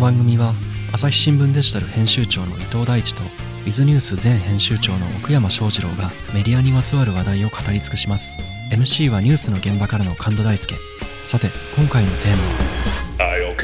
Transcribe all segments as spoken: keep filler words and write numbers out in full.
番組は朝日新聞デジタル編集長の伊藤大地とウィズニュース前編集長の奥山翔二郎がメディアにまつわる話題を語り尽くします。 エムシー はニュースの現場からの神田大輔。さて今回のテーマは、 はい、OK。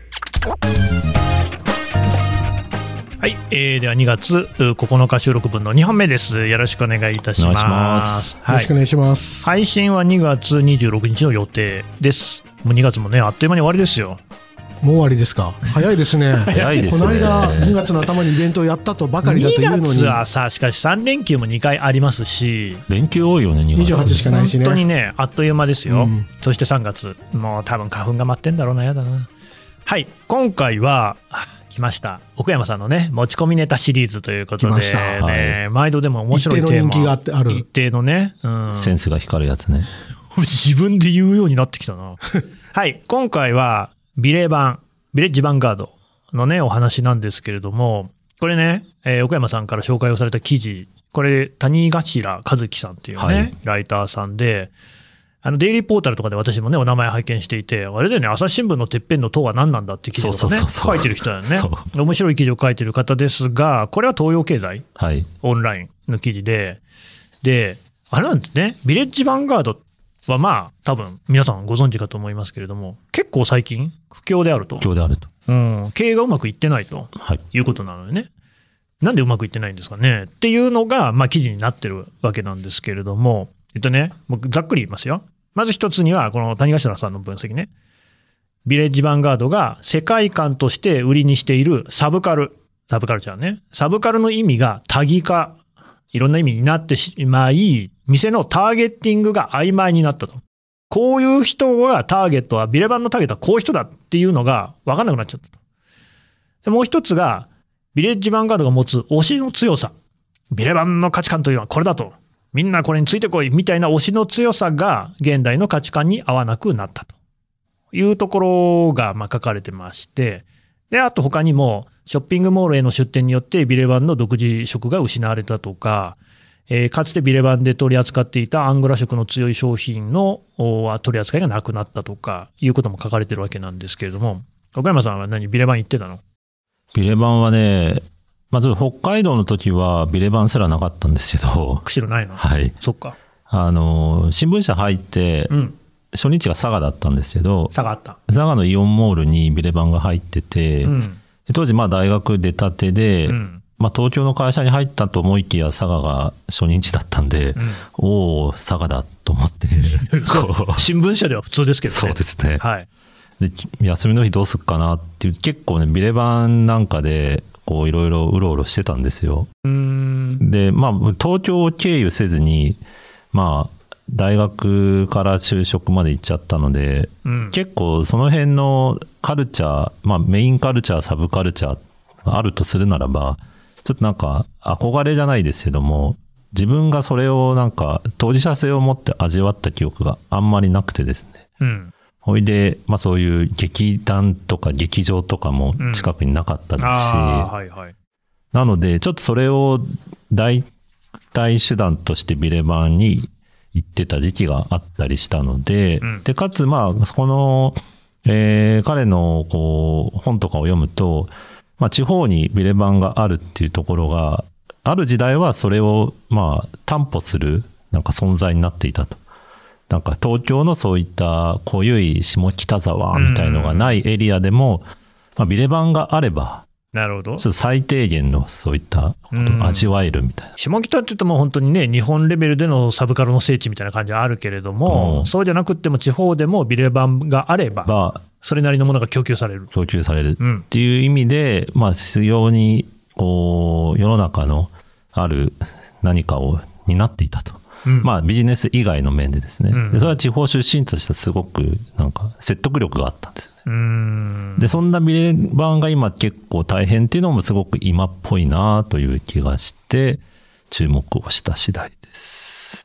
はい、えー、ではにがつここのか収録分のにほんめです。よろしくお願いいたします。 お願いします。 はい、 よろしくお願いします。 配信はにがつにじゅうろくにちの予定です。もうにがつもねあっという間に終わりですよ。 もう終わりですか。早いですね。 早いですね。この間にがつの頭にイベントをやったとばかりだというのに、 にがつはさ、しかしさん連休もにかいありますし、 連休多いよね。にがつにじゅうはちしかないしね。 本当にねあっという間ですよ、うん、そしてさんがつもう多分花粉が舞ってんだろうな。やだな。はい、今回は来ました奥山さんのね持ち込みネタシリーズということで、ね、はい、毎度でも面白いテーマ、 一定の人気があってある、 一定のね、うん、 センスが光るやつね。 自分で言うようになってきたなはい、今回はビレバンビレッジヴァンガードのねお話なんですけれども、これね、えー、奥山さんから紹介をされた記事、これ谷頭和樹さんっていうね、はい、ライターさんで、あのデイリーポータルとかで私もねお名前拝見していて、あれだよね、朝日新聞のてっぺんの塔は何なんだって記事とかね書いてる人だよね。面白い記事を書いてる方ですが、これは東洋経済、はい、オンラインの記事で、であれなんですね、ビレッジヴァンガードはまあ多分皆さんご存知かと思いますけれども、結構最近不況であると、不況であると、うん、経営がうまくいってないと、はい、いうことなのでね、なんでうまくいってないんですかねっていうのがまあ記事になってるわけなんですけれども、えっとね、僕ざっくり言いますよ。まず一つにはこの谷頭さんの分析ね、ビレッジヴァンガードが世界観として売りにしているサブカル、サブカルチャーね、サブカルの意味が多義化、いろんな意味になってしまい、店のターゲッティングが曖昧になったと。こういう人がターゲットは、ビレバンのターゲットはこういう人だっていうのが分かんなくなっちゃったと。でもう一つが、ビレッジヴァンガードが持つ推しの強さ。ビレバンの価値観というのはこれだと。みんなこれについてこいみたいな推しの強さが現代の価値観に合わなくなったというところがまあ書かれてまして、で、あと他にもショッピングモールへの出店によってビレバンの独自色が失われたとか、えー、かつてビレバンで取り扱っていたアングラ色の強い商品の取り扱いがなくなったとかいうことも書かれてるわけなんですけれども、岡山さんは何ビレバン行ってたの？ ビレバンはね、まず北海道の時はビレバンすらなかったんですけど。 釧路ないの？ はい。 そっか。 あの、新聞社入って、うん、初日が佐賀だったんですけど、 佐賀あった。 佐賀のイオンモールにビレバンが入ってて、うん、当時まあ大学出たてで、うん、まあ東京の会社に入ったと思いきや佐賀が初日だったんで、うん、おお佐賀だと思って。 新聞社では普通ですけどね。 そうですね。 はい。 で休みの日どうすっかなっていう、結構ね、ビレバンなんかで、こういろいろうろうろしてたんですよ。うーんで、まあ東京を経由せずに、まあ大学から就職まで行っちゃったので、うん、結構その辺のカルチャー、まあメインカルチャー、サブカルチャーがあるとするならば、ちょっとなんか憧れじゃないですけども、自分がそれをなんか当事者性を持って味わった記憶があんまりなくてですね。うん。ほいで、まあそういう劇団とか劇場とかも近くになかったですし、うん、はいはい、なのでちょっとそれを代替手段としてビレバンに行ってた時期があったりしたので、うん、で、かつまあこの、えー、彼のこう本とかを読むと、まあ地方にビレバンがあるっていうところが、ある時代はそれをまあ担保するなんか存在になっていたと。なんか東京のそういった濃ゆい下北沢みたいのがないエリアでも、まあ、ビレバンがあれば、なるほど。ちょっと最低限のそういったことを味わえるみたいな。 下北って言うともう本当にね、日本レベルでのサブカルの聖地みたいな感じはあるけれども、うん、そうじゃなくっても地方でもビレバンがあれば、それなりのものが供給される。 供給されるっていう意味で、うん、まあ非常にこう世の中のある何かを担っていたと。うん、まあビジネス以外の面でですね、うん、でそれは地方出身としてはすごくなんか説得力があったんですよね。うーんでそんなビレバンが今結構大変っていうのもすごく今っぽいなという気がして注目をした次第です。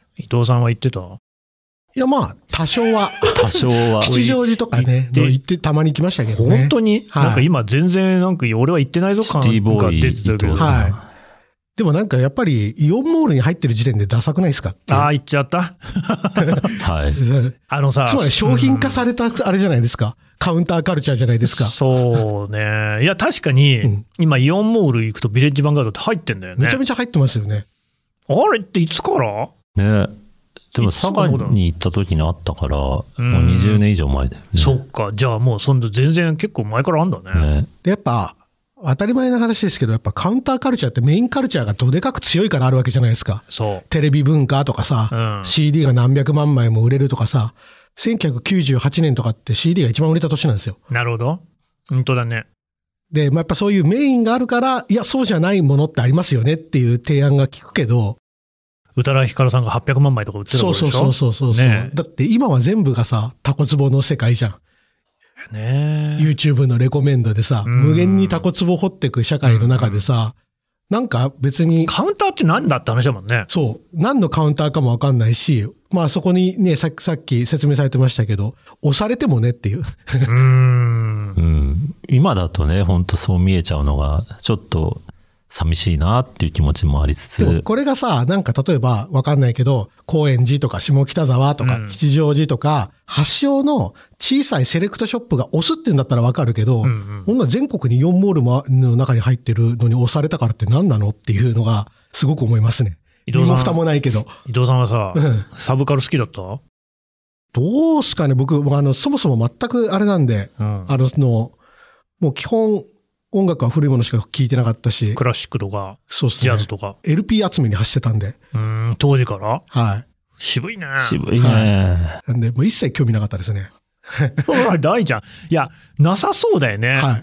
伊藤さんは言ってた？ いやまあ多少は多少は吉祥寺とかね行ってたまに行きましたけどね。 本当に、はい、なんか今全然なんか俺は行ってないぞ感が出てたけど、 はい、でもなんかやっぱりイオンモールに入ってる時点でダサくないですかって。 ああ、言っちゃった。 はい。 あのさ、 つまり商品化されたあれじゃないですか。 カウンターカルチャーじゃないですか。 そうね。いや、確かに、うん、今、イオンモール行くとビレッジヴァンガードって入ってんだよね。 めちゃめちゃ入ってますよね。 あれっていつからね。でも佐賀に行った時にあったから、もうにじゅうねん以上前だよね。 そっか。じゃあもうそんな全然結構前からあんだね。ねで、やっぱ、当たり前の話ですけど、やっぱカウンターカルチャーってメインカルチャーがどでかく強いからあるわけじゃないですか。 そう。 テレビ文化とかさ、うん、シーディー が何百万枚も売れるとかさ、せんきゅうひゃくきゅうじゅうはちねんとかって シーディー が一番売れた年なんですよ。 なるほど。本当だね。 で、まあ、やっぱそういうメインがあるから、いや、そうじゃないものってありますよねっていう提案が聞くけど、 宇多田ヒカルさんがはっぴゃくまんまいとか売ってたことでしょ。 そうそうそうそうそう、ね、だって今は全部がさ、タコツボの世界じゃん。 ね、 YouTube のレコメンドでさ、無限にタコツボ掘っていく社会の中でさ、なんか別に。 カウンターって何だって話だもんね。 そう。何のカウンターかもわかんないし、まあそこにね、さっき、さっき説明されてましたけど、押されてもねっていう。うーん。 うん。今だとね、本当そう見えちゃうのが、ちょっと寂しいなっていう気持ちもありつつ。 でもこれがさ、なんか例えばわかんないけど、高円寺とか下北沢とか吉祥寺とか、発祥の小さいセレクトショップが押すって言うんだったらわかるけど、うんうん、こんな全国によんモールの中に入ってるのに押されたからって何なのっていうのがすごく思いますね。 伊藤さん。 身も蓋もないけど。 伊藤さんはさ、うん、サブカル好きだった？ どうすかね、僕、あの、そもそも全くあれなんで、うん、あの、の、もう基本、音楽は古いものしか聴いてなかったし。 クラシックとか、 そうっすね、 ジャズとか。 エルピー 集めに走ってたんで。 うん、当時から？ はい。 渋いね。 渋いね。 はい。なんで、もう一切興味なかったですね。 大じゃん。いや、なさそうだよね。 はい。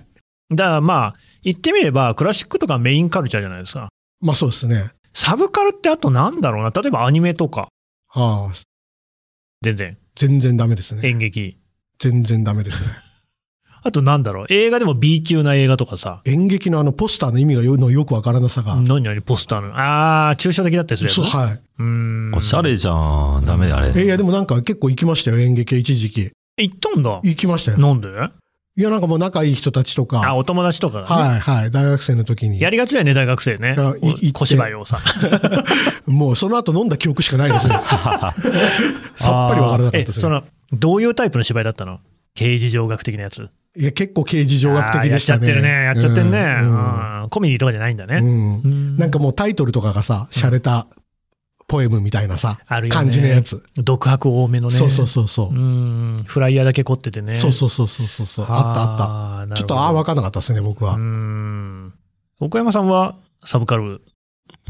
だからまあ、言ってみれば、クラシックとかメインカルチャーじゃないですか。 まあそうですね。 サブカルってあとなんだろうな。例えばアニメとか。 はあ。 全然。 全然ダメですね。 演劇。 全然ダメですね。 あとなんだろう。映画でも B 級な映画とかさ。 演劇のあのポスターの意味がよのよくわからなさが。 何々ポスターの。あー、抽象的だったりするやつ。 そう、はい。うーん。 おしゃれじゃん。ダメあれ。 いや、でもなんか結構行きましたよ、演劇は一時期。 行ったんだ。 行きましたよ。 なんで？ いや、なんかもう仲いい人たちとか。 あ、お友達とかが、ね。 はいはい。大学生の時に。 やりがちだよね、大学生ね。小芝居をさ。 もうその後飲んだ記憶しかないですね。さっぱりわからなかったですね。 その、どういうタイプの芝居だったの？刑事上学的なやつ。 いや、結構刑事上学的でしたね。 やっちゃってるね。やっちゃってるね。うんうん、コメディとかじゃないんだね、 うんうん。なんかもうタイトルとかがさ、洒落たポエムみたいなさ、 あるよね、 感じのやつ。 独白多めのね。 そうそうそうそう。 うん。フライヤーだけ凝っててね。 そうそうそうそうそう。あったあった。ちょっとああ、わかんなかったですね、僕は。 うん。岡山さんはサブカル？ うん。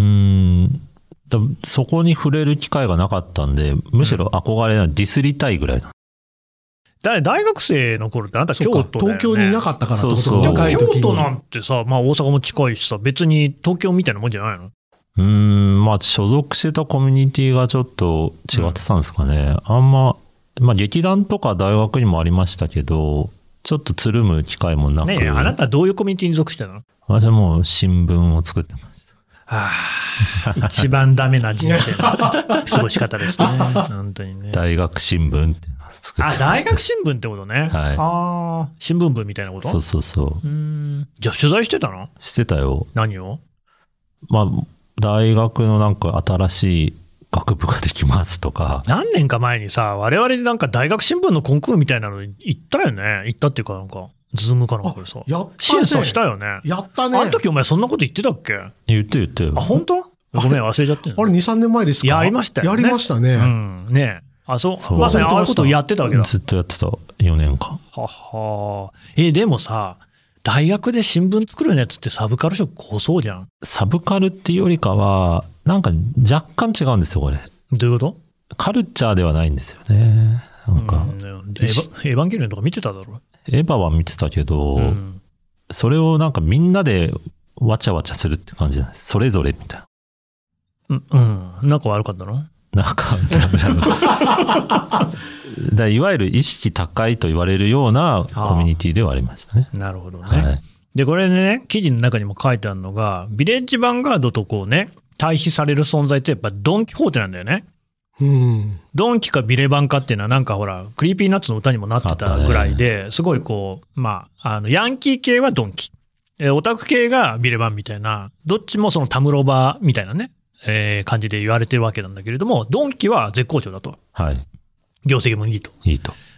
そこに触れる機会がなかったんで、むしろ憧れな、ディスりたいぐらいな。 大学生の頃ってあなた京都だよね。 東京にいなかったからってこと。 そうそう。京都なんてさ、まあ大阪も近いしさ、別に東京みたいなもんじゃないの？ うーん、まあ所属してたコミュニティがちょっと違ってたんですかね。うん、あんま、まあ劇団とか大学にもありましたけど、ちょっとつるむ機会もなく。 ねえ、あなたどういうコミュニティに属してたの？ 私はもう新聞を作ってました。 はあ、一番ダメな人生の過ごし方ですね。本当にね。 大学新聞って作ってました。 あ、大学新聞ってことね。 はい。 ああ、新聞部みたいなこと？ そうそうそう。 うん。じゃあ取材してたの？ してたよ。 何を？ まあ、大学のなんか新しい学部ができますとか。 何年か前にさ、我々なんか大学新聞のコンクールみたいなの行ったよね。行ったっていうかなんか。ズームかなんかでさ。 やったね。 審査したよね。 やったね。 あの時お前そんなこと言ってたっけ？ 言って言ってよ。 あ、本当？ごめん、忘れちゃってんの。 あれ、に、さんねんまえですか？ やりましたよね。 やりましたね。 うん。ねえ。あ、そう。そうまさにああいうことをやってたわけだ。 ずっとやってた。よねんかん。 ははえ、でもさ、大学で新聞作るやつってサブカル色濃そうじゃん。 サブカルっていうよりかは、なんか若干違うんですよ、これ。 どういうこと？ カルチャーではないんですよね。なんか。うん、 エヴァ、エヴァンゲリオンとか見てただろ？ エヴァは見てたけど、うん、それをなんかみんなでわちゃわちゃするって感じなんです。それぞれみたいな。 うん、うん。仲悪かったの？ 仲だいわゆる意識高いと言われるようなコミュニティではありましたね。 なるほどね。はい、で、これね、記事の中にも書いてあるのが、ビレッジヴァンガードとこうね、対比される存在ってやっぱドン・キホーテなんだよね。 うん、 ドンキかビレバンかっていうのはなんかほら、クリーピーナッツの歌にもなってたぐらいで、すごいこう、まあ、あの、ヤンキー系はドンキ。オタク系がビレバンみたいな、どっちもそのタムロバみたいなね、えー、感じで言われてるわけなんだけれども、ドンキは絶好調だと。 はい。 業績もいいと。 いいと。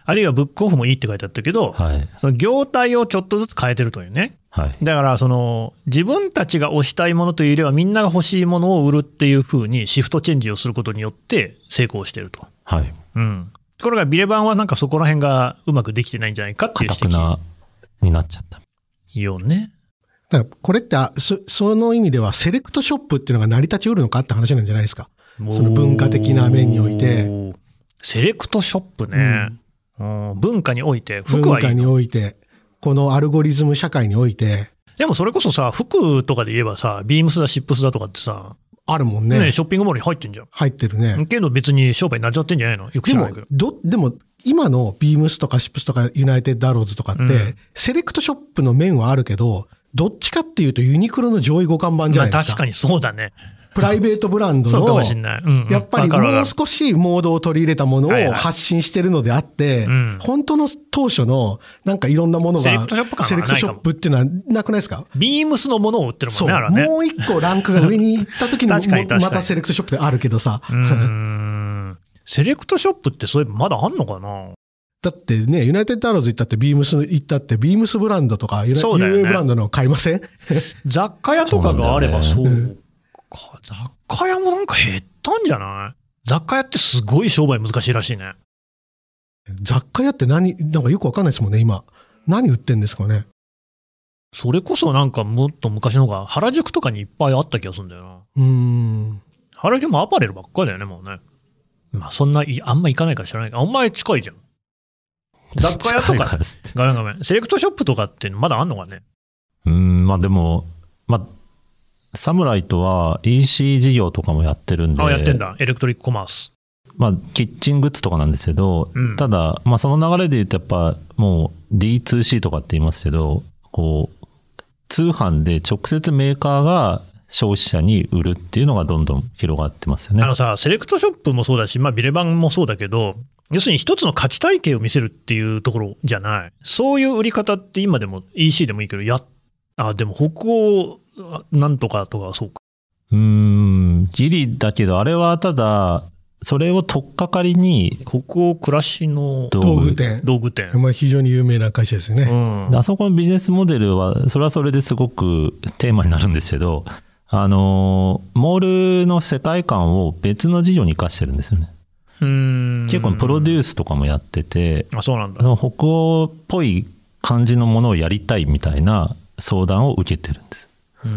あるいはブックオフもいいって書いてあったけど、 はい、 その業態をちょっとずつ変えてるというね。 はい、 だからその自分たちが推したいものというよりはみんなが欲しいものを売るっていうふうにシフトチェンジをすることによって成功してると。 はい。 うん。ところがビレバンはなんかそこら辺がうまくできてないんじゃないかっていう指摘。 堅くなになっちゃった。 よね。 だからこれってそ、その意味ではセレクトショップっていうのが成り立ちうるのかって話なんじゃないですか。その文化的な面において。 セレクトショップね。うん、文化において、服はいいの？ 文化において、このアルゴリズム社会において。 でもそれこそさ、服とかで言えばさ、ビームスだ、シップスだとかってさ、 あるもんね。 ね、ショッピングモールに入ってんじゃん。 入ってるね。 けど別に商売になっちゃってんじゃないの？よく知らないけど。 でも、ど、でも、今のビームスとかシップスとかユナイテッドアローズとかって、うん、セレクトショップの面はあるけど、どっちかっていうとユニクロの上位互換版じゃないですか。 まあ確かにそうだね。 プライベートブランドの、 そうかもしんない。うんうん、 やっぱりもう少しモードを取り入れたものを発信してるのであって、はいはい、本当の当初のなんかいろんなものが、セレクトショップ感はないかも。セレクトショップっていうのはなくないですか？ ビームスのものを売ってるもんね、あれね。 もう一個ランクが上に行った時にまたセレクトショップであるけどさ。 うーんセレクトショップってそういえばまだあんのかな？ だってね、ユナイテッドアローズ行ったって、ビームス行ったって、ビームスブランドとか、ユーエー ブランドの買いません？ 雑貨屋とかがあればそうか。雑貨屋もなんか減ったんじゃない？雑貨屋ってすごい商売難しいらしいね。 雑貨屋って何、なんかよくわかんないですもんね、今。何売ってんですかね。 それこそなんかもっと昔の方が原宿とかにいっぱいあった気がするんだよな。 うーん。 原宿もアパレルばっかりだよね、もうね。まあそんな、あんま行かないから知らないけど、あんまり近いじゃん。雑貨屋とか、ごめんごめん。セレクトショップとかってまだあんのかね？ うーん、まあでも、まあ、サムライトは イーシー 事業とかもやってるんで。 あ、やってんだ。エレクトリックコマース。 まあ、キッチングッズとかなんですけど、うん、ただ、まあその流れで言うとやっぱもう ディーツーシー とかって言いますけど、こう、通販で直接メーカーが消費者に売るっていうのがどんどん広がってますよね。 あのさ、セレクトショップもそうだし、まあビレバンもそうだけど、要するに一つの価値体系を見せるっていうところじゃない。そういう売り方って今でも イーシー でもいいけど、や、あ、でも北欧なんとかとかそうか。 うーん、ギリだけど、あれはただ、それを取っかかりに、 北欧暮らしの道具店。 道具店。 まあ非常に有名な会社ですね。 うん、あそこのビジネスモデルは、それはそれですごくテーマになるんですけど、あの、モールの世界観を別の事業に生かしてるんですよね。 うーん、 結構プロデュースとかもやってて、 あ、そうなんだ。 北欧っぽい感じのものをやりたいみたいな相談を受けてるんです。 うん、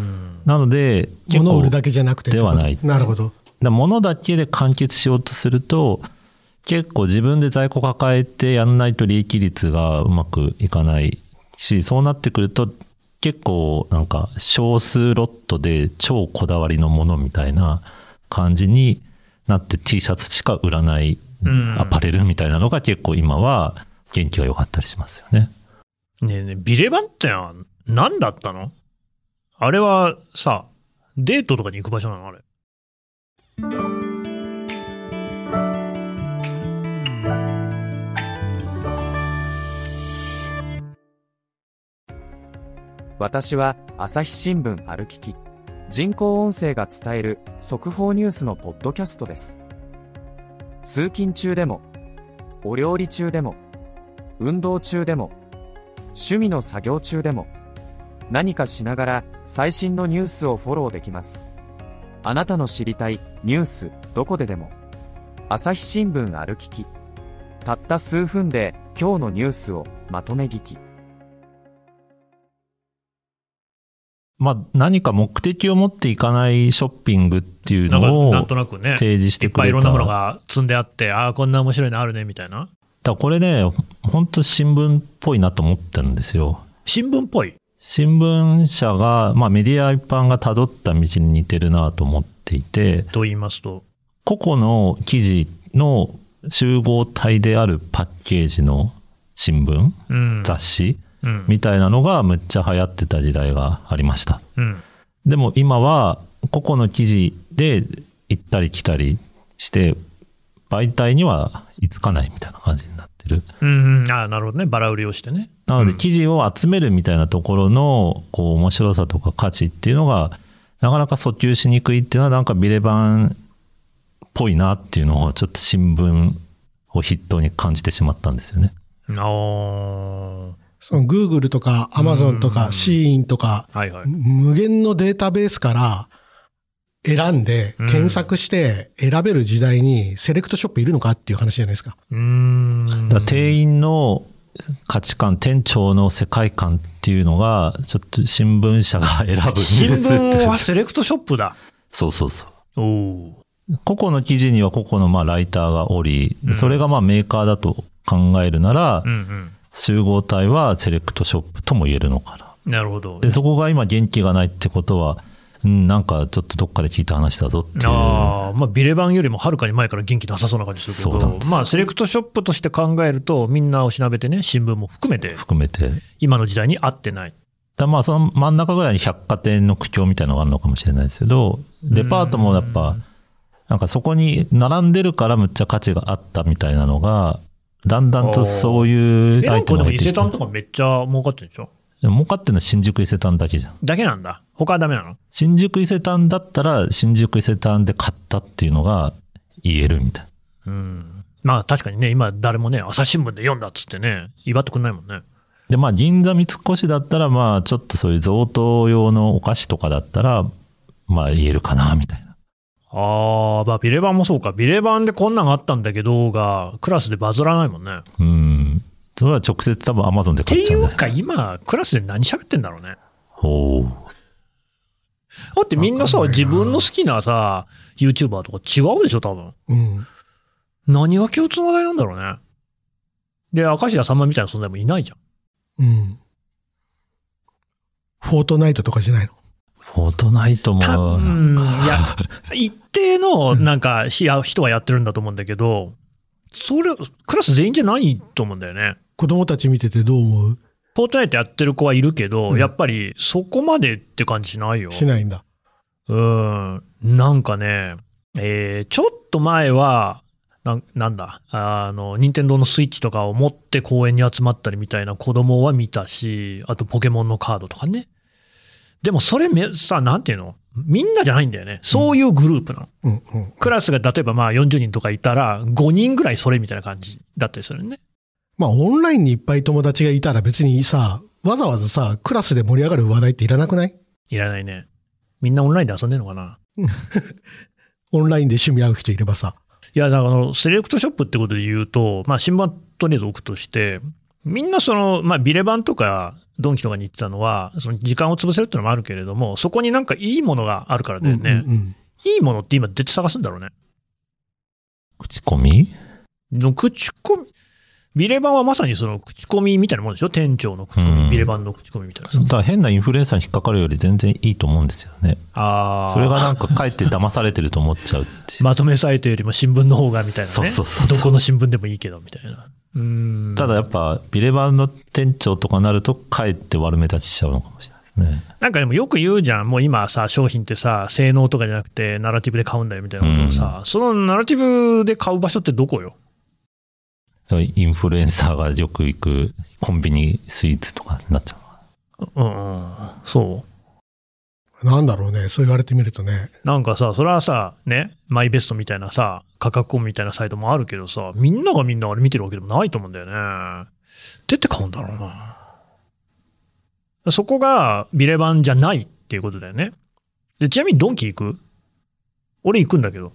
なので、 物を売るだけじゃなくてではない。 なるほど。 だ物だけで完結しようとすると、結構自分で在庫抱えてやんないと利益率がうまくいかないし、そうなってくると結構なんか少数ロットで超こだわりのものみたいな感じになって T シャツしか売らないアパレルみたいなのが結構今は元気が良かったりしますよね。 ねえねえ、ビレバンって何だったの？あれはさ、デートとかに行く場所なのあれ？ 私は朝日新聞ある聞き、人工音声が伝える速報ニュースのポッドキャストです。通勤中でも、お料理中でも、運動中でも、趣味の作業中でも、何かしながら最新のニュースをフォローできます。あなたの知りたいニュースどこででも、朝日新聞ある聞き、たった数分で今日のニュースをまとめ聞き。 まあ、何か目的を持っていかないショッピングっていうのをなんとなくね、 提示してくれた。 いっぱいいろんなものが積んであって、ああ、こんな面白いのあるねみたいな。 だこれね、本当新聞っぽいなと思ったんですよ。 新聞っぽい？ 新聞社が、まあメディア一般が辿った道に似てるなと思っていて。 と言いますと？ 個々の記事の集合体であるパッケージの新聞、うん、雑誌、うん、みたいなのがむっちゃ流行ってた時代がありました。うん、でも今は個々の記事で行ったり来たりして媒体には居つかないみたいな感じになってる。 うんうん、ああ、なるほどね。バラ売りをしてね。 なので記事を集めるみたいなところのこう面白さとか価値っていうのがなかなか訴求しにくいっていうのはなんかビレバンっぽいなっていうのをちょっと新聞を筆頭に感じてしまったんですよね。 あその Google とか Amazon とか シーイン とか、 はいはい、 無限のデータベースから選んで検索して選べる時代にセレクトショップいるのかっていう話じゃないですか。 うーんだから店員の価値観、店長の世界観っていうのが、ちょっと新聞社が選ぶニュース新って聞はセレクトショップだ。 そうそうそう。 お個々の記事には個々のまあライターがおり、それがまあメーカーだと考えるなら、 うんうん、 集合体はセレクトショップとも言えるのかな。 なるほど。 で、そこが今元気がないってことは、うん、なんかちょっとどっかで聞いた話だぞっていう。 ああ、まあビレバンよりもはるかに前から元気なさそうな感じするけど、まあセレクトショップとして考えると、みんなおしなべてね、新聞も含めて、 含めて、 今の時代に合ってない。 だまあその真ん中ぐらいに百貨店の苦境みたいなのがあるのかもしれないですけど、デパートもやっぱ、なんかそこに並んでるからむっちゃ価値があったみたいなのが、だんだんとそういうアイテムが入ってきて。 伊勢丹とかめっちゃ儲かってるでしょ？ 儲かってるのは新宿伊勢丹だけじゃん。 だけなんだ。他はダメなの？ 新宿伊勢丹だったら新宿伊勢丹で買ったっていうのが言えるみたいな。うん。まあ確かにね、今誰もね、朝日新聞で読んだっつってね、祝ってくんないもんね。 で、まあ銀座三越だったらまあちょっとそういう贈答用のお菓子とかだったら、まあ言えるかなみたいな。 ああ、まあビレバンもそうか。ビレバンでこんなんあったんだけどが、クラスでバズらないもんね。 うん。それは直接多分アマゾンで買っちゃうんだよ。 っていうか今、クラスで何喋ってんだろうね。 ほう。 だってみんなさ、自分の好きなさ、YouTuber とか違うでしょ、多分。 うん。 何が共通の話題なんだろうね。で、明石家さんまみたいな存在もいないじゃん。 うん。フォートナイトとかじゃないの？ フォートナイトも。 うん、いや、一定の、なんか、人はやってるんだと思うんだけど、それ、クラス全員じゃないと思うんだよね。 子供たち見ててどう思う？ フォートナイトやってる子はいるけど、 うん、 やっぱりそこまでって感じしないよ。 しないんだ。 うん。なんかね、えー、ちょっと前は、な, なんだ、あの、任天堂のスイッチとかを持って公園に集まったりみたいな子供は見たし、あとポケモンのカードとかね。でもそれめ、さ、なんていうの？みんなじゃないんだよね。そういうグループなの。 うんうんうん、 クラスが例えばまあよんじゅうにんとかいたら、ごにんぐらいそれみたいな感じだったりするね。 まあオンラインにいっぱい友達がいたら別にさ、わざわざさ、クラスで盛り上がる話題っていらなくない？ いらないね。みんなオンラインで遊んでるのかなオンラインで趣味合う人いればさ。 いや、だからあの、セレクトショップってことで言うと、まあ新聞はとりあえず置くとして、みんなその、まあビレバンとかドンキとかに行ってたのは、その時間を潰せるってのもあるけれども、そこになんかいいものがあるからだよね。うんうんうん、いいものって今出て探すんだろうね。 口コミの口コミビレバンはまさにその口コミみたいなもんでしょ？店長の口コミ、うん、ビレバンの口コミみたいな。 だから変なインフルエンサーに引っかかるより全然いいと思うんですよね。 ああ。 それがなんかかえって騙されてると思っちゃうってまとめサイトよりも新聞の方がみたいなね。 そうそうそうそう。 どこの新聞でもいいけどみたいな。うーん。 ただやっぱビレバンの店長とかなるとかえって悪目立ちしちゃうのかもしれないですね。 なんかでもよく言うじゃん。もう今さ、商品ってさ、性能とかじゃなくてナラティブで買うんだよみたいなことをさ、うん、そのナラティブで買う場所ってどこよ？ インフルエンサーがよく行くコンビニスイーツとかになっちゃう。うんうん。そうなんだろうね。そう言われてみるとね。 なんかさ、それはさ、ね、マイベストみたいなさ、価格コンみたいなサイトもあるけどさ、みんながみんなあれ見てるわけでもないと思うんだよね。出て買うんだろうな。そこがビレバンじゃないっていうことだよね。で、ちなみにドンキ行く？俺行くんだけど。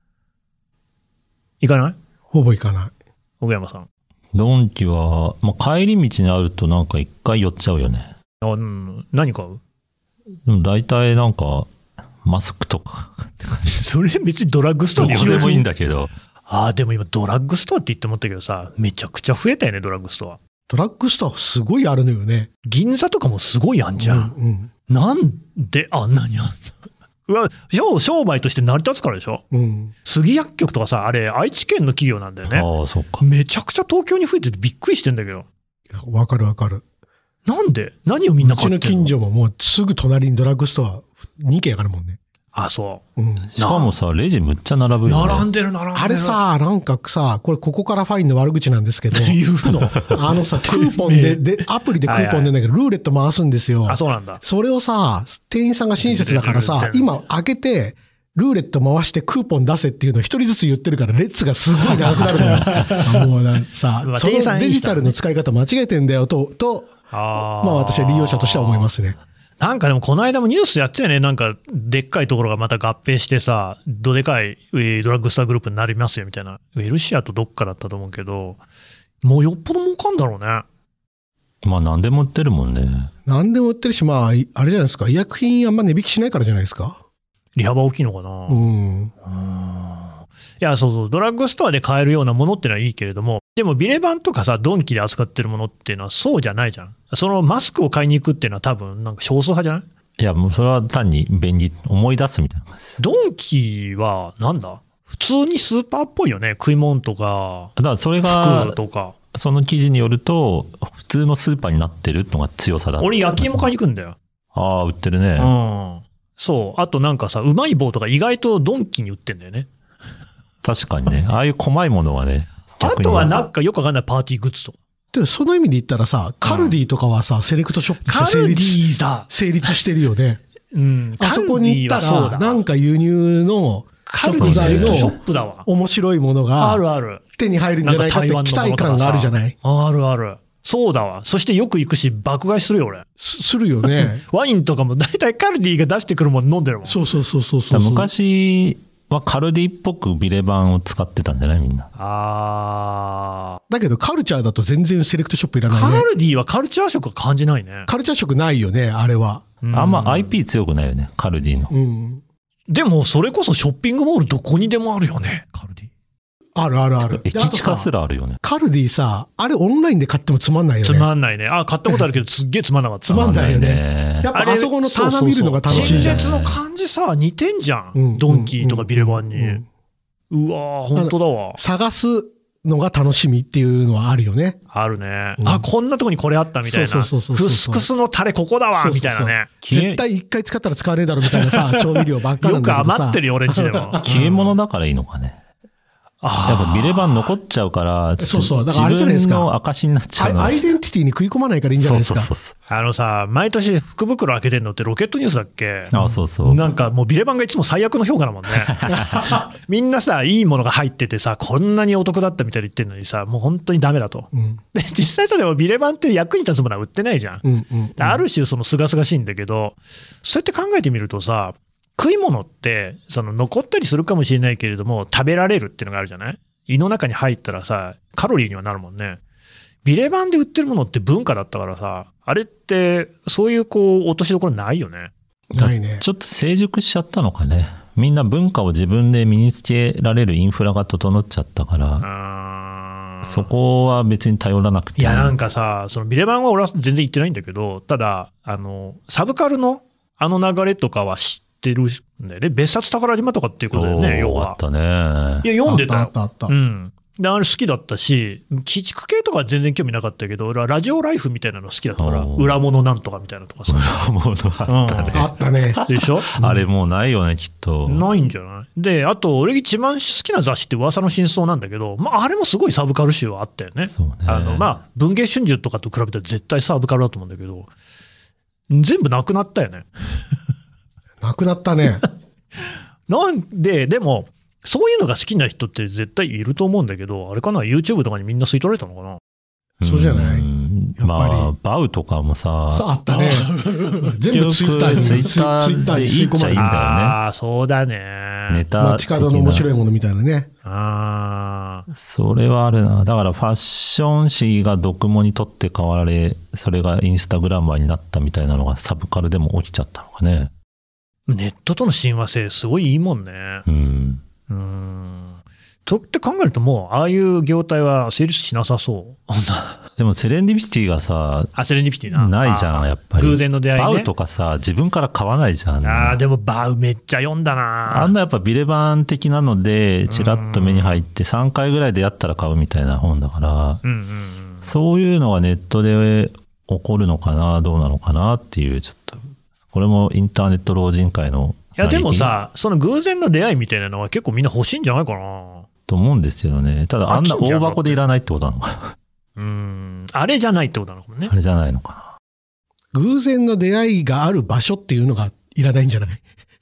行かない？ ほぼ行かない。 奥山さん。 ドンキは、まあ、帰り道にあるとなんか一回寄っちゃうよね。 あ、うん。何買う？ でも大体なんか、マスクとか。 それ別にドラッグストアでどこでもいいんだけど。 ああ、でも今ドラッグストアって言って思ったけどさ、めちゃくちゃ増えたよね、ドラッグストア。 ドラッグストアすごいあるのよね。 銀座とかもすごいあんじゃん。うんうん、なんであんなにあんの？うわ、商売として成り立つからでしょ、うん、杉薬局とかさ、あれ愛知県の企業なんだよね。 ああ、そうか。 めちゃくちゃ東京に増えててびっくりしてんだけど。 わかるわかる。 なんで何をみんな買ってんの？ うちの近所ももうすぐ隣にドラッグストアにけんあるもんね。 あ、そう。 うん、 しかもさ、レジむっちゃ並ぶよね。 並んでる、並んでる。 あれさ、なんかさ、これここからファインの悪口なんですけど。 言うのあのさ、クーポンで、で、アプリでクーポンでんだけど、ルーレット回すんですよ。 あ、そうなんだ。 それをさ、店員さんが親切だからさ、今開けて、 ルーレット回してクーポン出せっていうのを一人ずつ言ってるから、列がすごい長くなるのよ。もうなんさ、そのデジタルの使い方間違えてんだよと、と、あまあ私は利用者としては思いますね。 なんかでもこの間もニュースやってたよね。なんかでっかいところがまた合併してさ、どでかいドラッグストアグループになりますよみたいな。ウェルシアとどっかだったと思うけど、もうよっぽど儲かんだろうね。 まあ何でも売ってるもんね。 何でも売ってるし、まあ、あれじゃないですか。医薬品あんま値引きしないからじゃないですか。 利幅大きいのかな。うん。うんいや、そうそう、ドラッグストアで買えるようなものってのはいいけれども、でもビレバンとかさ、ドンキで扱ってるものっていうのはそうじゃないじゃん。そのマスクを買いに行くっていうのは多分、なんか少数派じゃない？ いや、もうそれは単に便利、思い出すみたいな感じです。 ドンキはなんだ？普通にスーパーっぽいよね。食い物とか、 だからそれが服とか。 その記事によると、普通のスーパーになってるのが強さだ。 俺焼き芋買いに行くんだよ。 ああ、売ってるね。 うん。そう。あとなんかさ、うまい棒とか意外とドンキに売ってんだよね。 確かにね。ああいう細いものはね。 あとはなんかよくわかんないパーティーグッズとか。 でその意味で言ったらさ、カルディとかはさ、うん、セレクトショップとして成立成立してるよね。 うん。 あそこに行ったら、なんか輸入の食材の面白いものがあるある手に入るんじゃないかって期待感があるじゃない。 あるある。そうだわ。そしてよく行くし、爆買いするよ、俺。 す、するよね。 ワインとかも大体カルディが出してくるもの飲んでるもん。 そうそうそうそうそう。 昔はカルディっぽくビレバンを使ってたんじゃないみんな。 あー。だけどカルチャーだと全然セレクトショップいらないね。 カルディはカルチャー色は感じないね。 カルチャー色ないよね、あれは。 あんま アイピー 強くないよね、カルディの。 うん。 でもそれこそショッピングモールどこにでもあるよね、カルディ。 あるあるある。 駅地下すらあるよね。 カルディさ、あれオンラインで買ってもつまんないよね。 つまんないね。あ、買ったことあるけどすっげえつまんなかった。 つまんないよね。やっぱあそこの棚見るのが楽しいじゃん。 陳列の感じさ、似てんじゃん。うん、ドンキーとかビレバンに。うんうん、うわー、本当だわ。 探すのが楽しみっていうのはあるよね。 あるね。うん、あ、こんなとこにこれあったみたいな。そうそうそうそう。クスクスのタレここだわ、みたいなね。 絶対一回使ったら使わねえだろみたいなさ、調味料ばっかりなんだけどさ。 よく余ってるよ、俺んちでも。 消え物だからいいのかね。やっぱビレバン残っちゃうから、 そうそう、だからあれじゃないですか。 自分の証になっちゃうの。 アイデンティティに食い込まないからいいんじゃないですか。そうそうそう。あのさ、毎年福袋開けてんのってロケットニュースだっけ？ あ、そうそう。 なんかもうビレバンがいつも最悪の評価だもんね。みんなさ、いいものが入っててさ、こんなにお得だったみたいに言ってんのにさ、もう本当にダメだと。うん、で、実際さ、でもビレバンって役に立つものは売ってないじゃん。うんうんうん、ある種その清々しいんだけど、そうやって考えてみるとさ、食い物って、その残ったりするかもしれないけれども、食べられるっていうのがあるじゃない？胃の中に入ったらさ、カロリーにはなるもんね。ビレバンで売ってるものって文化だったからさ、あれって、そういうこう、落としどころないよね。 ないね。 ちょっと成熟しちゃったのかね。みんな文化を自分で身につけられるインフラが整っちゃったから、そこは別に頼らなくていい。 いや、なんかさ、そのビレバンは俺は全然言ってないんだけど、ただ、あの、サブカルのあの流れとかは知ってるんだよね。別冊宝島とかっていうことだよね、要は。 あったね。 いや、読んでたよ。 あったあった。 うん。で、あれ好きだったし、鬼畜系とかは全然興味なかったけど、俺はラジオライフみたいなの好きだったから、裏物なんとかみたいなとかさ。 裏物あったね。 うん、あったね。 でしょあれもうないよね、きっと。 ないんじゃないで、あと、俺一番好きな雑誌って噂の真相なんだけど、まあ、あれもすごいサブカル集はあったよね。 そうね。 あの、まあ、文藝春秋とかと比べたら絶対サブカルだと思うんだけど、全部なくなったよね。 なくなったね。 なんで、でも、そういうのが好きな人って絶対いると思うんだけど、あれかな、YouTube とかにみんな吸い取られたのかな。 そうじゃない？ まあ、バウとかもさ。 あったね。全部ツイッターに。 ツイッターでいいっちゃいいんだよね。 ああ、そうだね。 ネタ。 街角の面白いものみたいなね。 ああ。 それはあるな。だからファッション誌が読モにとって変わられ、それがインスタグラマーになったみたいなのがサブカルでも起きちゃったのかね。 ネットとの親和性すごいいいもんね。 うん。 うーん。とって考えるともう、ああいう業態は成立しなさそう。 でもセレンディピティがさ、 あ、セレンディピティな。 ないじゃん、やっぱり。 偶然の出会いね。 バウとかさ、自分から買わないじゃん。 ああ、でもバウめっちゃ読んだな。 あんなやっぱビレバン的なので、チラッと目に入ってさんかいぐらいでやったら買うみたいな本だから、 うんうんうん、 そういうのがネットで起こるのかな、どうなのかなっていう、ちょっと、これもインターネット老人会の。 いやでもさ、その偶然の出会いみたいなのは結構みんな欲しいんじゃないかな。 と思うんですけどね。ただあんな大箱でいらないってことなのかな。 うーん。あれじゃないってことなのかもね。 あれじゃないのかな。 偶然の出会いがある場所っていうのがいらないんじゃない？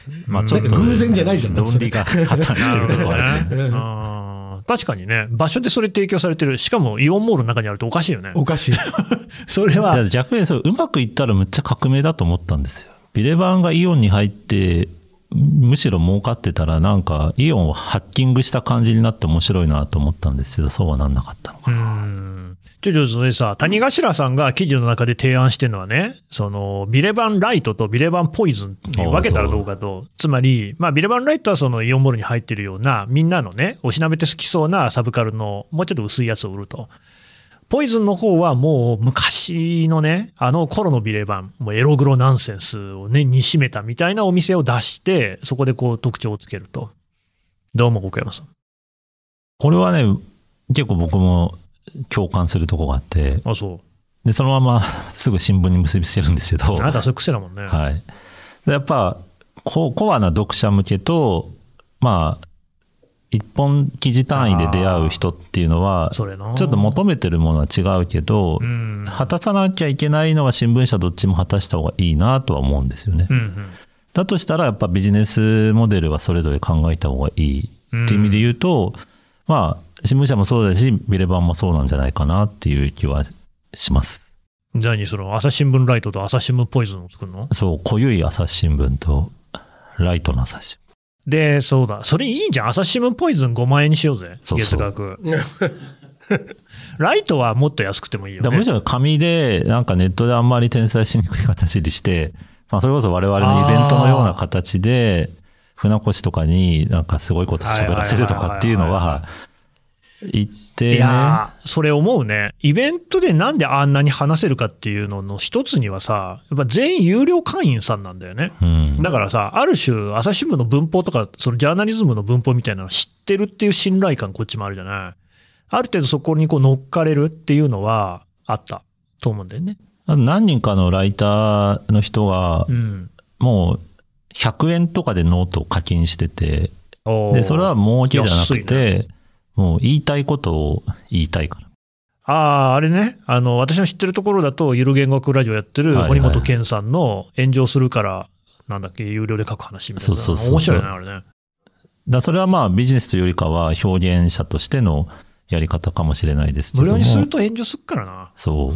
まあちょっと、 偶然じゃないじゃん。 論理が破綻してるところある、ね。 あ確かにね、場所でそれ提供されてる、しかもイオンモールの中にあるとおかしいよね。 おかしい。 それは。 逆にそれうまくいったらむっちゃ革命だと思ったんですよ。ビレバンがイオンに入って、むしろ儲かってたらなんかイオンをハッキングした感じになって面白いなと思ったんですけど、そうはなんなかったのかな。 うんちょちょそれさ、谷頭さんが記事の中で提案してるのはね、そのビレバンライトとビレバンポイズンに分けたらどうかと。つまり、まあビレバンライトはそのイオンモールに入ってるような、みんなのね、おしなべて好きそうなサブカルのもうちょっと薄いやつを売ると。ポイズンの方はもう昔のね、あの頃のビレバン、もうエログロナンセンスをね、にしめたみたいなお店を出して、そこでこう特徴をつけると。どうも、奥山さん。 これはね、結構僕も共感するとこがあって。 あ、そう。 で、そのまますぐ新聞に結びつけるんですけど。 あなたはそういう癖だもんね。 はい。やっぱ、コアな読者向けと、まあ、一本記事単位で出会う人っていうのは、ちょっと求めてるものは違うけど、果たさなきゃいけないのは新聞社どっちも果たした方がいいなとは思うんですよね。 うんうん、 だとしたらやっぱビジネスモデルはそれぞれ考えた方がいいっていう意味で言うと、うん、まあ新聞社もそうだしビレバンもそうなんじゃないかなっていう気はします。 何その朝日新聞ライトと朝日新聞ポイズンを作るの？ そう、濃ゆい朝日新聞とライトの朝日新聞。 で、そうだ。それいいじゃん。朝日新聞ポイズンごまんえんにしようぜ。そうそう月額。ライトはもっと安くてもいいよね。 むしろ紙で、なんかネットであんまり転載しにくい形にして、まあそれこそ我々のイベントのような形で、船越とかになんかすごいこと喋らせるとかっていうのは、言ってね。 いやそれ思うね。イベントでなんであんなに話せるかっていうのの一つにはさ、やっぱ全員有料会員さんなんだよね。うん、だからさ、ある種、朝日新聞の文法とか、そのジャーナリズムの文法みたいなのを知ってるっていう信頼感こっちもあるじゃない。ある程度そこにこう乗っかれるっていうのはあったと思うんだよね。 何人かのライターの人が、もうひゃくえんとかでノートを課金してて、うん、で、それは儲けじゃなくて、もう言いたいことを言いたいから。 ああ、あれね。あの、私の知ってるところだと、ゆる言語学ラジオやってる堀本健さんの炎上するから、なんだっけ、有料で書く話みたいな。そうそうそうそう。面白いね、あれね。 だそれはまあビジネスというよりかは表現者としてのやり方かもしれないですけども。 無料にすると炎上するからな。 そう。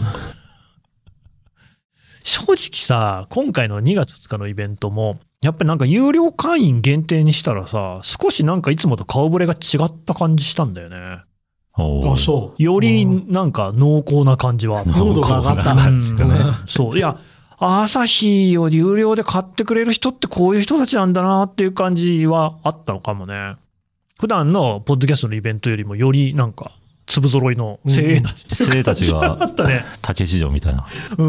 正直さ、今回のにがつふつかのイベントも、やっぱりなんか有料会員限定にしたらさ、少しなんかいつもと顔ぶれが違った感じしたんだよね。 あ、そう。 よりなんか濃厚な感じは。 濃度が上がった感じかね。 そう。いや、朝日を有料で買ってくれる人ってこういう人たちなんだなっていう感じはあったのかもね。普段のポッドキャストのイベントよりもよりなんか粒揃いの精鋭たち、 うん、精鋭たちが竹市場みたいな。 うん。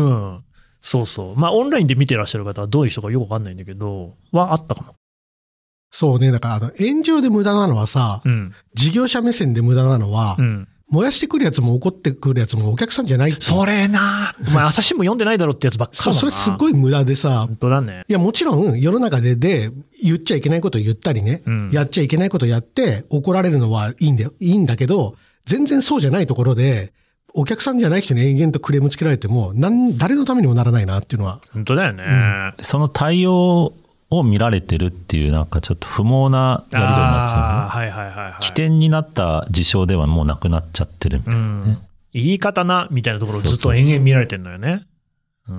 そうそう。まあ、オンラインで見てらっしゃる方はどういう人かよくわかんないんだけど、はあったかも。 そうね。だから、あの、炎上で無駄なのはさ、うん、事業者目線で無駄なのは、うん、燃やしてくるやつも怒ってくるやつもお客さんじゃないって。 それなお前、朝日新聞読んでないだろってやつばっかりだな。 そう、それすっごい無駄でさ。 本当だね。 いや、もちろん、世の中で、で、言っちゃいけないことを言ったりね、うん、やっちゃいけないことをやって、怒られるのはいいんだよ。いいんだけど、全然そうじゃないところで、お客さんじゃない人に延々とクレームつけられても、なん、誰のためにもならないなっていうのは。 本当だよね。 うん、その対応を見られてるっていう、なんかちょっと不毛なやり取りになっちゃう、ね。 はいはいはいはい。 起点になった事象ではもうなくなっちゃってるみたいなね。うん、 言い方な、みたいなところをずっと延々見られてるのよね。そうそうそう。うん。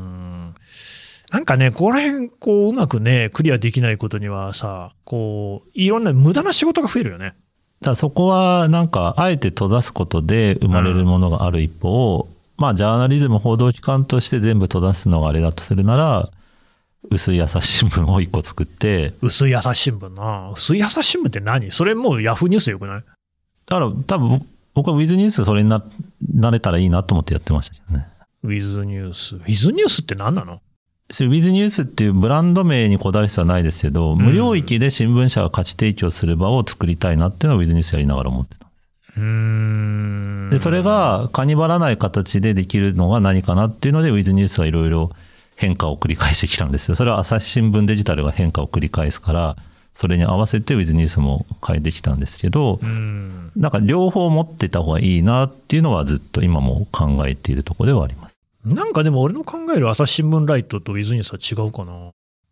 なんかね、ここら辺、こう、うまくね、クリアできないことにはさ、こう、いろんな無駄な仕事が増えるよね。 だからそこはなんかあえて閉ざすことで生まれるものがある一方、うん、まあジャーナリズム報道機関として全部閉ざすのがあれだとするなら、薄い朝日新聞を一個作って。 薄い朝日新聞な。薄い朝日新聞って何？それもうヤフーニュースよくない？ だから多分僕はウィズニュースそれにな、なれたらいいなと思ってやってましたけどね。 ウィズニュース。ウィズニュースって何なの？ ウィズニュースっていうブランド名にこだわる必要はないですけど、うん、無領域で新聞社が価値提供する場を作りたいなっていうのをウィズニュースやりながら思ってたんです。 うーんで、それがかにばらない形でできるのが何かなっていうので、ウィズニュースはいろいろ変化を繰り返してきたんですよ。それは朝日新聞デジタルが変化を繰り返すから、それに合わせてウィズニュースも変えてきたんですけど、うんなんか両方持ってた方がいいなっていうのはずっと今も考えているところではあります。 なんかでも俺の考える朝日新聞ライトとウィズニュースは違うかな。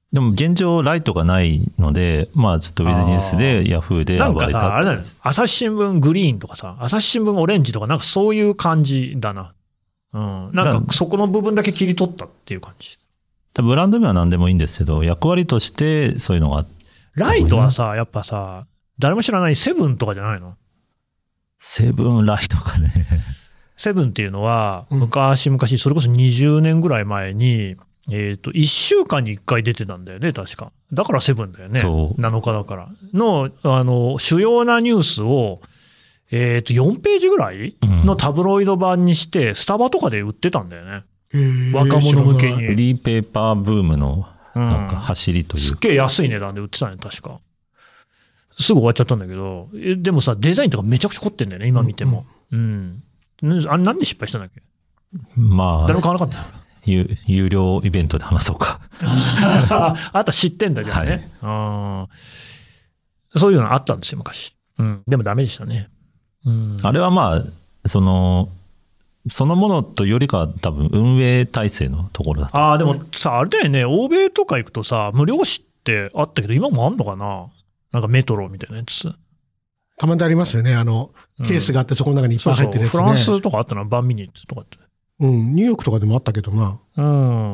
でも現状ライトがないので、まあちょっとウィズニュースでヤフーでなん暴れたかさ、あれだよね。朝日新聞グリーンとかさ、朝日新聞オレンジとかなんかそういう感じだな。うん。なんかそこの部分だけ切り取ったっていう感じ。 ブランド名は何でもいいんですけど、役割としてそういうのがあって。 ライトはさ、やっぱさ、誰も知らないセブンとかじゃないの？ セブンライトかね。 セブンっていうのは、昔々、それこそにじゅうねんぐらい前に、えっと、いっしゅうかんにいっかい出てたんだよね、確か。だからセブンだよね。なのかだから。の、あの、主要なニュースを、えっと、よんページぐらいのタブロイド版にして、スタバとかで売ってたんだよね。若者向けに。 フリーペーパーブームの、なんか走りというか、うん、 すっげえ安い値段で売ってたね、確か。すぐ終わっちゃったんだけど、でもさ、デザインとかめちゃくちゃ凝ってんだよね、今見ても。うん。うん、あれなんで失敗したんだっけ？ まあ。 誰も買わなかった。 有, 有料イベントで話そうか。 あなた知ってんだじゃんね、はい、あ。そういうのあったんですよ、昔。うん。でもダメでしたね。うん、 あれはまあ、その、そのものとよりかは多分運営体制のところだああ、でもさ、あれだよね、欧米とか行くとさ、無料紙ってあったけど、今もあんのかな？なんかメトロみたいなやつ。 たまにありますよね。あの、ケースがあってそこの中にいっぱい入ってるやつね。 そうそう、フランスとかあったのバンミニッツとかって。 うん、ニューヨークとかでもあったけどな。 うん。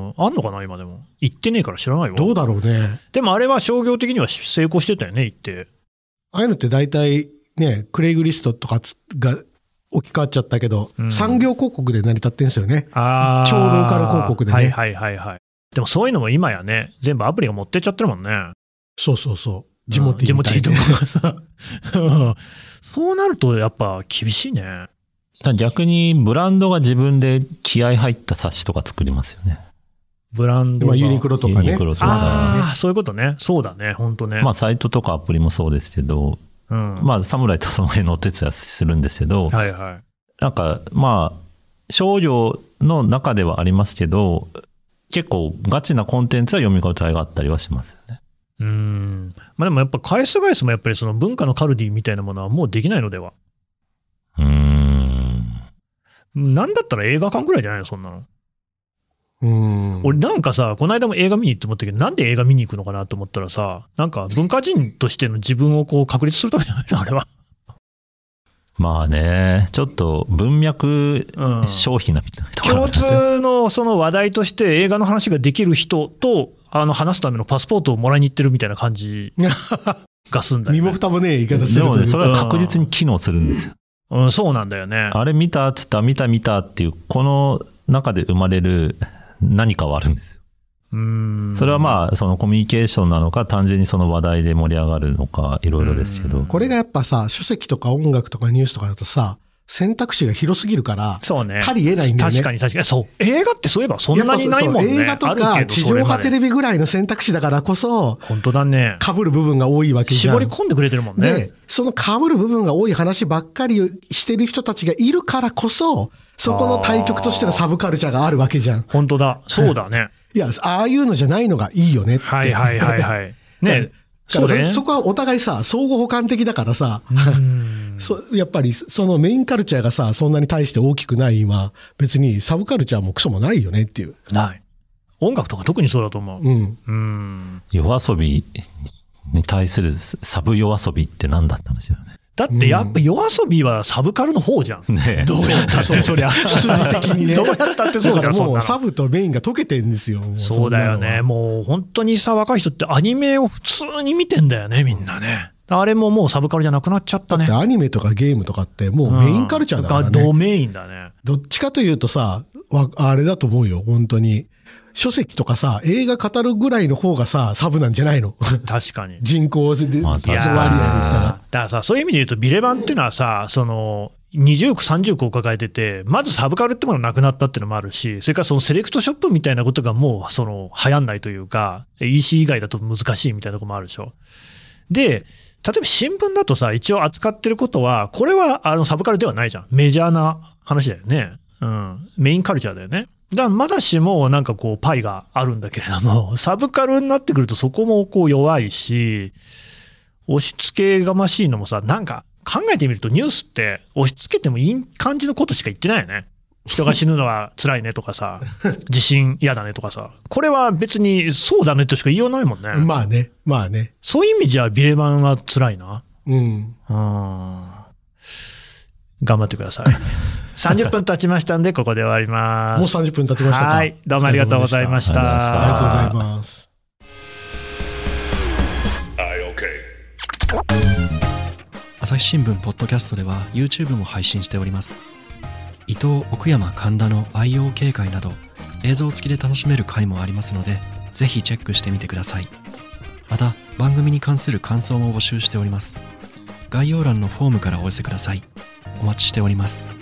あんのかな今でも。行ってねえから知らないわ。 どうだろうね。 でもあれは商業的には成功してたよね、行って。 ああいうのって大体ね、クレイグリストとかが置き換わっちゃったけど、うん、産業広告で成り立ってんですよね。 ああ。 超ローカル広告でね。 はいはいはいはい。でもそういうのも今やね、全部アプリが持ってっちゃってるもんね。 そうそうそう。ジモティーみたいな。 ジモティーとかさ。そうなるとやっぱ厳しいね。 逆にブランドが自分で気合入った冊子とか作りますよね。 ブランドが。 ユニクロとかね。ユニクロとか、ね。 ああ、そういうことね。そうだね。本当ね。 まあサイトとかアプリもそうですけど、うん、まあサムライとその辺のお手伝いするんですけど、 はいはい。 なんかまあ、商業の中ではありますけど、結構ガチなコンテンツは読み応えがあったりはしますよね。 うん。まあでもやっぱ返す返すもやっぱりその文化のカルディみたいなものはもうできないのでは。 うーん。 なんだったら映画館ぐらいじゃないのそんなの。 うーん。 俺なんかさ、この間も映画見に行って思ったけど、なんで映画見に行くのかなと思ったらさ、なんか文化人としての自分をこう確立するためじゃないのあれは。 まあね、ちょっと文脈消費なみたいなところ、 うん、共通のその話題として映画の話ができる人とあの話すためのパスポートをもらいに行ってるみたいな感じがすんだよね。 身も蓋もねえ言い方する。 でもね、それは確実に機能するんですよ。 うん、そうなんだよね。 あれ見たっつった見た見たっていうこの中で生まれる何かはあるんですよ。 うーん。 それはまあそのコミュニケーションなのか単純にその話題で盛り上がるのかいろいろですけど。 これがやっぱさ、書籍とか音楽とかニュースとかだとさ、選択肢が広すぎるから、 そうね。 足り得ないんだよね。 確かに確かに。そう。映画ってそういえばそんなにないもんね。 映画とか地上波テレビぐらいの選択肢だからこそ、 本当だね。 被る部分が多いわけじゃん。 絞り込んでくれてるもんね。 で、その被る部分が多い話ばっかりしてる人たちがいるからこそ、そこの対極としてのサブカルチャーがあるわけじゃん。 本当だ。そうだね。 いや、ああいうのじゃないのがいいよねって。 はいはいはいはい。ね。 そうね、そこはお互いさ、相互補完的だからさ、そやっぱりそのメインカルチャーがさ、そんなに対して大きくない今、別にサブカルチャーもクソもないよねっていう。 ない。音楽とか特にそうだと思う。 うん。 うん。 夜遊びに対するサブ夜遊びって何だったんですよね。 だってやっぱ夜遊びはサブカルの方じゃん。ねえ。どうやったってそりゃ。 数字的にね。 どうやったってそうだよ。 もうサブとメインが溶けてんですよ。 そうだよね。もう本当にさ、若い人ってアニメを普通に見てんだよね、みんなね。あれももうサブカルじゃなくなっちゃったね。 だってアニメとかゲームとかってもうメインカルチャーだからね。 ドメインだね。 どっちかというとさ、あれだと思うよ、本当に。書籍とかさ、映画語るぐらいの方がさ、サブなんじゃないの？ 確かに。 人口で、 まあ、割合で言ったら。だからさ、そういう意味で言うと、ビレバンっていうのはさ、その、にじゅうく、さんじゅうくを抱えてて、まずサブカルってものがなくなったっていうのもあるし、それからそのセレクトショップみたいなことがもう、その、流行んないというか、イーシー 以外だと難しいみたいなところもあるでしょ。で、例えば新聞だとさ、一応扱ってることは、これはあのサブカルではないじゃん。メジャーな話だよね。うん。メインカルチャーだよね。だからまだしもなんかこうパイがあるんだけれども、サブカルになってくるとそこもこう弱いし、押し付けがましいのもさ、なんか考えてみるとニュースって押し付けてもいい感じのことしか言ってないよね。 人が死ぬのは辛いねとかさ、地震嫌だねとかさ、これは別にそうだねとしか言いようないもんね。 まあね、まあね。 そういう意味じゃビレバンは辛いな。 うん。うん。 頑張ってください。さんじゅっぷん経ちましたんで、ここで終わります。 もうさんじゅっぷん経ちましたか。 はい。どうもありがとうございました。 ありがとうございます。 朝日新聞ポッドキャストでは YouTube も配信しております。伊藤奥山神田の アイオー 警戒など映像付きで楽しめる回もありますので、ぜひチェックしてみてください。また番組に関する感想も募集しております。概要欄のフォームからお寄せください。お待ちしております。